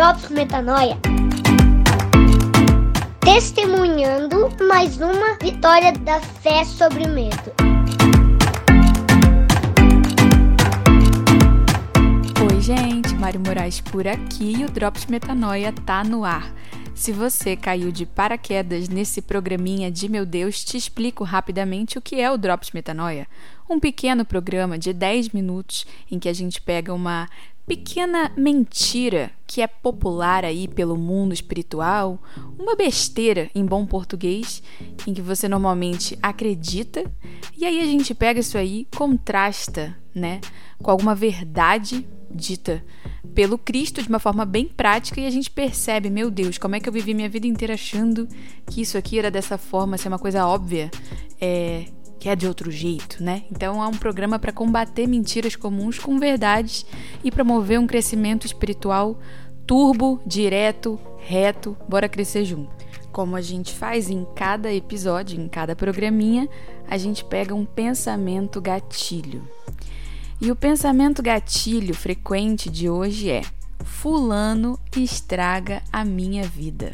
Drops Metanoia. Testemunhando mais uma vitória da fé sobre o medo. Oi gente, Mari Moraes por aqui e o Drops Metanoia tá no ar. Se você caiu de paraquedas nesse programinha de Meu Deus, te explico rapidamente o que é o Drops Metanoia. Um pequeno programa de 10 minutos em que a gente pega uma pequena mentira que é popular aí pelo mundo espiritual, uma besteira em bom português, em que você normalmente acredita, e aí a gente pega isso aí, contrasta, né, com alguma verdade dita pelo Cristo de uma forma bem prática e a gente percebe, meu Deus, como é que eu vivi minha vida inteira achando que isso aqui era dessa forma, ser uma coisa óbvia, que é de outro jeito, né? Então é um programa para combater mentiras comuns com verdades e promover um crescimento espiritual turbo, direto, reto, bora crescer junto. Como a gente faz em cada episódio, em cada programinha, a gente pega um pensamento gatilho. E o pensamento gatilho frequente de hoje é: fulano estraga a minha vida.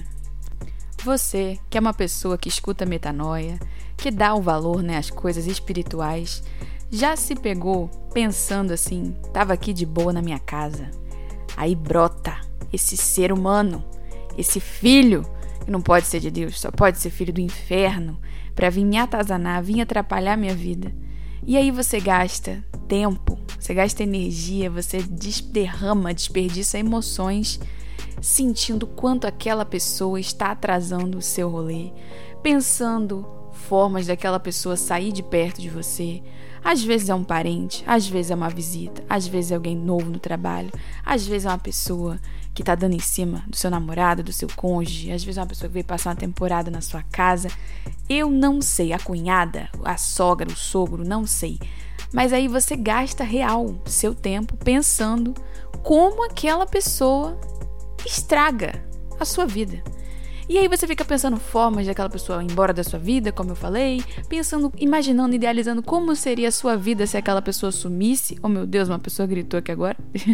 Você, que é uma pessoa que escuta metanoia, que dá o valor, né, às coisas espirituais, já se pegou pensando assim, tava aqui de boa na minha casa, aí brota esse ser humano, esse filho, que não pode ser de Deus, só pode ser filho do inferno, para vir me atazanar, vir atrapalhar minha vida. E aí você gasta tempo, você gasta energia, você desperdiça emoções, sentindo quanto aquela pessoa está atrasando o seu rolê, pensando formas daquela pessoa sair de perto de você. Às vezes é um parente, às vezes é uma visita, às vezes é alguém novo no trabalho, às vezes é uma pessoa que está dando em cima do seu namorado, do seu cônjuge, às vezes é uma pessoa que veio passar uma temporada na sua casa. Eu não sei, a cunhada, a sogra, o sogro, não sei. Mas aí você gasta real seu tempo pensando como aquela pessoa estraga a sua vida. E aí você fica pensando formas daquela pessoa ir embora da sua vida, como eu falei, pensando, imaginando, idealizando como seria a sua vida se aquela pessoa sumisse. Oh meu Deus, uma pessoa gritou aqui agora.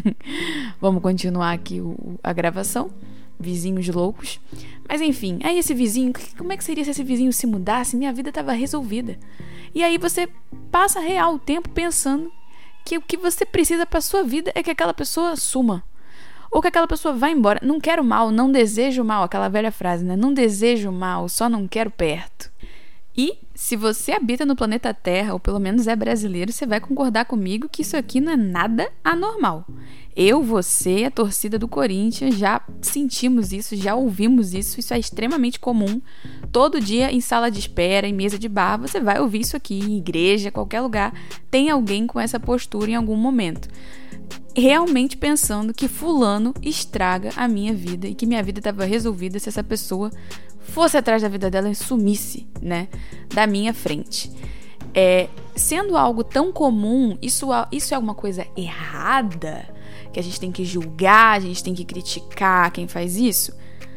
Vamos continuar aqui a gravação. Vizinhos loucos. Mas enfim, aí esse vizinho, como é que seria se esse vizinho se mudasse? Minha vida estava resolvida. E aí você passa real o tempo pensando que o que você precisa para sua vida é que aquela pessoa suma. Ou que aquela pessoa vá embora. Não quero mal, não desejo mal. Aquela velha frase, né? Não desejo mal, só não quero perto. E se você habita no planeta Terra, ou pelo menos é brasileiro, você vai concordar comigo que isso aqui não é nada anormal. Eu, você, a torcida do Corinthians, já sentimos isso, já ouvimos isso. Isso é extremamente comum. Todo dia em sala de espera, em mesa de bar, você vai ouvir isso aqui, em igreja, qualquer lugar. Tem alguém com essa postura em algum momento. Realmente pensando que fulano estraga a minha vida e que minha vida estava resolvida se essa pessoa fosse atrás da vida dela e sumisse, né, da minha frente. Sendo algo tão comum, isso é alguma coisa errada? Que a gente tem que julgar, a gente tem que criticar quem faz isso?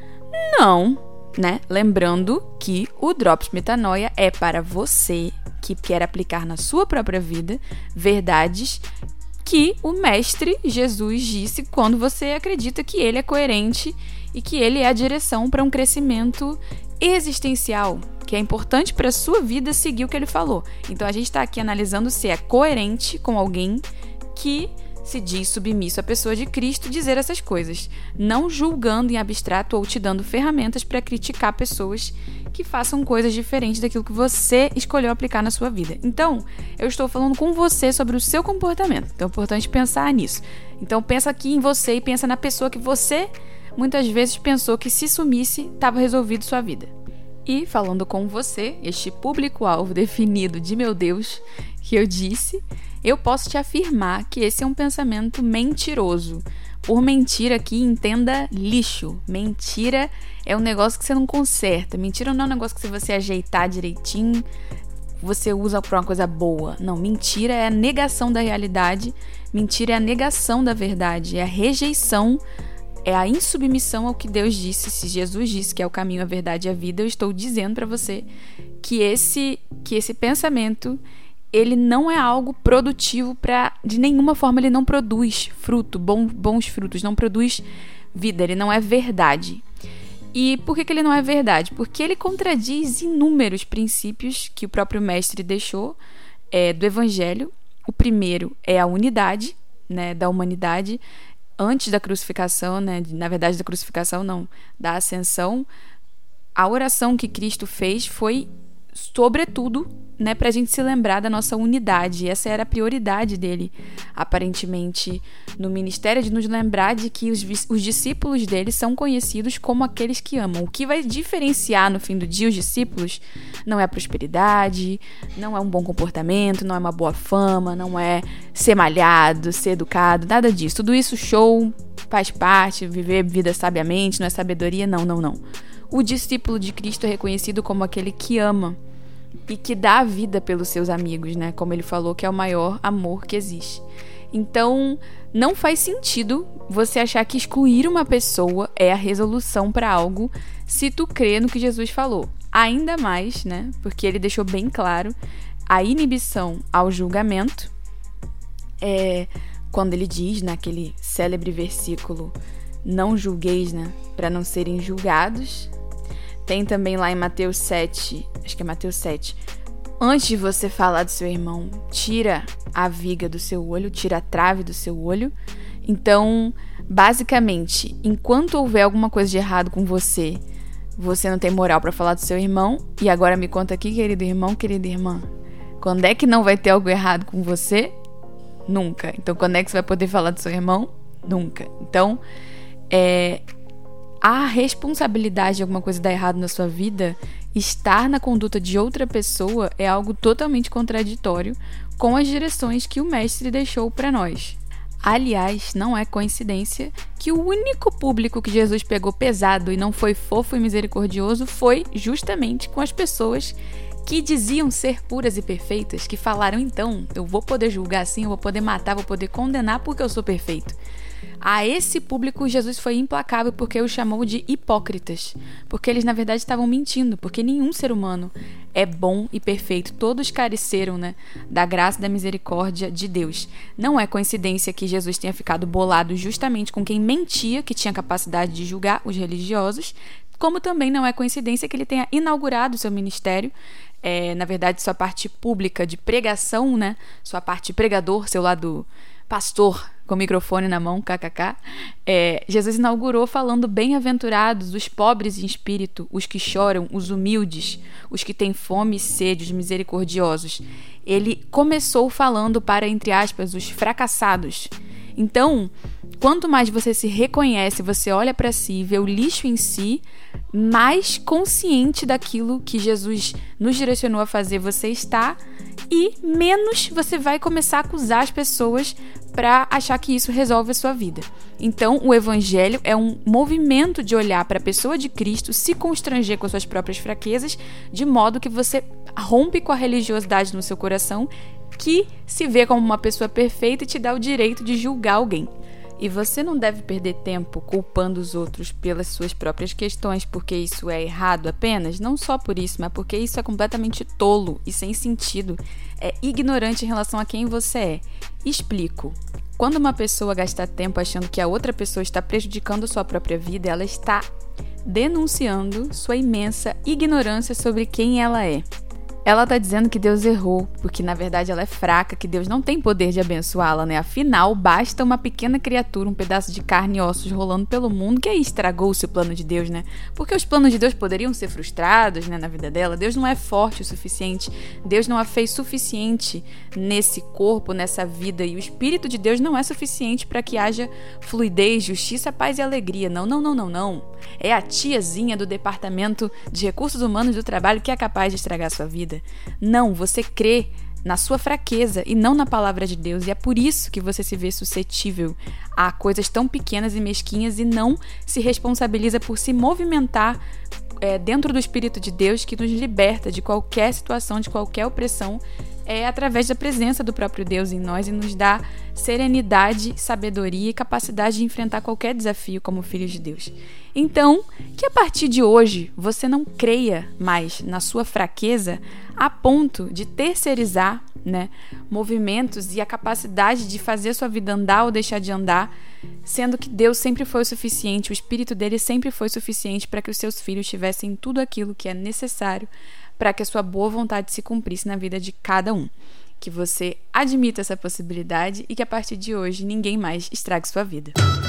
Não, né? Lembrando que o Drops Metanoia é para você que quer aplicar na sua própria vida verdades que o Mestre Jesus disse quando você acredita que ele é coerente e que ele é a direção para um crescimento existencial, que é importante para a sua vida seguir o que ele falou. Então a gente está aqui analisando se é coerente com alguém que se diz submisso à pessoa de Cristo dizer essas coisas, não julgando em abstrato ou te dando ferramentas para criticar pessoas que façam coisas diferentes daquilo que você escolheu aplicar na sua vida. Então, eu estou falando com você sobre o seu comportamento. Então é importante pensar nisso. Então pensa aqui em você e pensa na pessoa que você muitas vezes pensou que se sumisse, estava resolvido sua vida. E falando com você, este público-alvo definido de meu Deus, que eu disse, eu posso te afirmar que esse é um pensamento mentiroso. Por mentira aqui, entenda lixo. Mentira é um negócio que você não conserta. Mentira não é um negócio que se você ajeitar direitinho, você usa para uma coisa boa. Não, mentira é a negação da realidade. Mentira é a negação da verdade. É a rejeição, é a insubmissão ao que Deus disse. Se Jesus disse que é o caminho, a verdade e a vida, eu estou dizendo para você que esse pensamento, ele não é algo produtivo de nenhuma forma, ele não produz fruto, bons frutos, não produz vida, ele não é verdade. E por que ele não é verdade? Porque ele contradiz inúmeros princípios que o próprio mestre deixou do Evangelho. O primeiro é a unidade, né, da humanidade antes da crucificação, né, na verdade da crucificação não, da ascensão. A oração que Cristo fez foi, sobretudo, né, para a gente se lembrar da nossa unidade. Essa era a prioridade dele, aparentemente, no ministério, de nos lembrar de que os discípulos dele são conhecidos como aqueles que amam. O que vai diferenciar no fim do dia os discípulos não é a prosperidade, não é um bom comportamento, não é uma boa fama, não é ser malhado, ser educado, nada disso. Tudo isso, show, faz parte, viver vida sabiamente, não é sabedoria, não. O discípulo de Cristo é reconhecido como aquele que ama e que dá a vida pelos seus amigos, né? Como ele falou, que é o maior amor que existe. Então, não faz sentido você achar que excluir uma pessoa é a resolução para algo se tu crê no que Jesus falou. Ainda mais, né? Porque ele deixou bem claro a inibição ao julgamento. Quando ele diz, naquele célebre versículo, não julgueis, né? Para não serem julgados. Tem também lá em Mateus 7, acho que é Mateus 7. Antes de você falar do seu irmão, tira a viga do seu olho, tira a trave do seu olho. Então, basicamente, enquanto houver alguma coisa de errado com você, você não tem moral para falar do seu irmão. E agora me conta aqui, querido irmão, querida irmã, quando é que não vai ter algo errado com você? Nunca. Então, quando é que você vai poder falar do seu irmão? Nunca. Então, a responsabilidade de alguma coisa dar errado na sua vida, estar na conduta de outra pessoa, é algo totalmente contraditório com as direções que o mestre deixou para nós. Aliás, não é coincidência que o único público que Jesus pegou pesado e não foi fofo e misericordioso foi justamente com as pessoas que diziam ser puras e perfeitas, que falaram, então, eu vou poder julgar assim, eu vou poder matar, vou poder condenar porque eu sou perfeito. A esse público, Jesus foi implacável porque os chamou de hipócritas, porque eles, na verdade, estavam mentindo, porque nenhum ser humano é bom e perfeito. Todos careceram, né, da graça e da misericórdia de Deus. Não é coincidência que Jesus tenha ficado bolado justamente com quem mentia, que tinha capacidade de julgar os religiosos, como também não é coincidência que ele tenha inaugurado seu ministério, na verdade, sua parte pública de pregação, né, sua parte pregador, seu lado pastor, com o microfone na mão, kkk, Jesus inaugurou falando bem-aventurados os pobres em espírito, os que choram, os humildes, os que têm fome e sede, os misericordiosos. Ele começou falando para, entre aspas, os fracassados. Então, quanto mais você se reconhece, você olha para si, vê o lixo em si, mais consciente daquilo que Jesus nos direcionou a fazer você está, e menos você vai começar a acusar as pessoas para achar que isso resolve a sua vida. Então, o Evangelho é um movimento de olhar para a pessoa de Cristo, se constranger com as suas próprias fraquezas, de modo que você rompe com a religiosidade no seu coração, que se vê como uma pessoa perfeita e te dá o direito de julgar alguém. E você não deve perder tempo culpando os outros pelas suas próprias questões, porque isso é errado apenas, não só por isso, mas porque isso é completamente tolo e sem sentido, é ignorante em relação a quem você é. Explico. Quando uma pessoa gasta tempo achando que a outra pessoa está prejudicando sua própria vida, ela está denunciando sua imensa ignorância sobre quem ela é. Ela está dizendo que Deus errou, porque na verdade ela é fraca, que Deus não tem poder de abençoá-la, né? Afinal, basta uma pequena criatura, um pedaço de carne e ossos rolando pelo mundo, que aí estragou-se o plano de Deus, né? Porque os planos de Deus poderiam ser frustrados, né, na vida dela. Deus não é forte o suficiente, Deus não a fez suficiente nesse corpo, nessa vida, e o Espírito de Deus não é suficiente para que haja fluidez, justiça, paz e alegria. Não. É a tiazinha do Departamento de Recursos Humanos do Trabalho que é capaz de estragar a sua vida. Não, você crê na sua fraqueza e não na palavra de Deus, e é por isso que você se vê suscetível a coisas tão pequenas e mesquinhas e não se responsabiliza por se movimentar dentro do Espírito de Deus, que nos liberta de qualquer situação, de qualquer opressão, através da presença do próprio Deus em nós, e nos dá serenidade, sabedoria e capacidade de enfrentar qualquer desafio como filhos de Deus. Então, que a partir de hoje você não creia mais na sua fraqueza a ponto de terceirizar né? Movimentos e a capacidade de fazer sua vida andar ou deixar de andar, sendo que Deus sempre foi o suficiente, o Espírito dele sempre foi suficiente para que os seus filhos tivessem tudo aquilo que é necessário para que a sua boa vontade se cumprisse na vida de cada um. Que você admita essa possibilidade e que a partir de hoje ninguém mais estrague sua vida.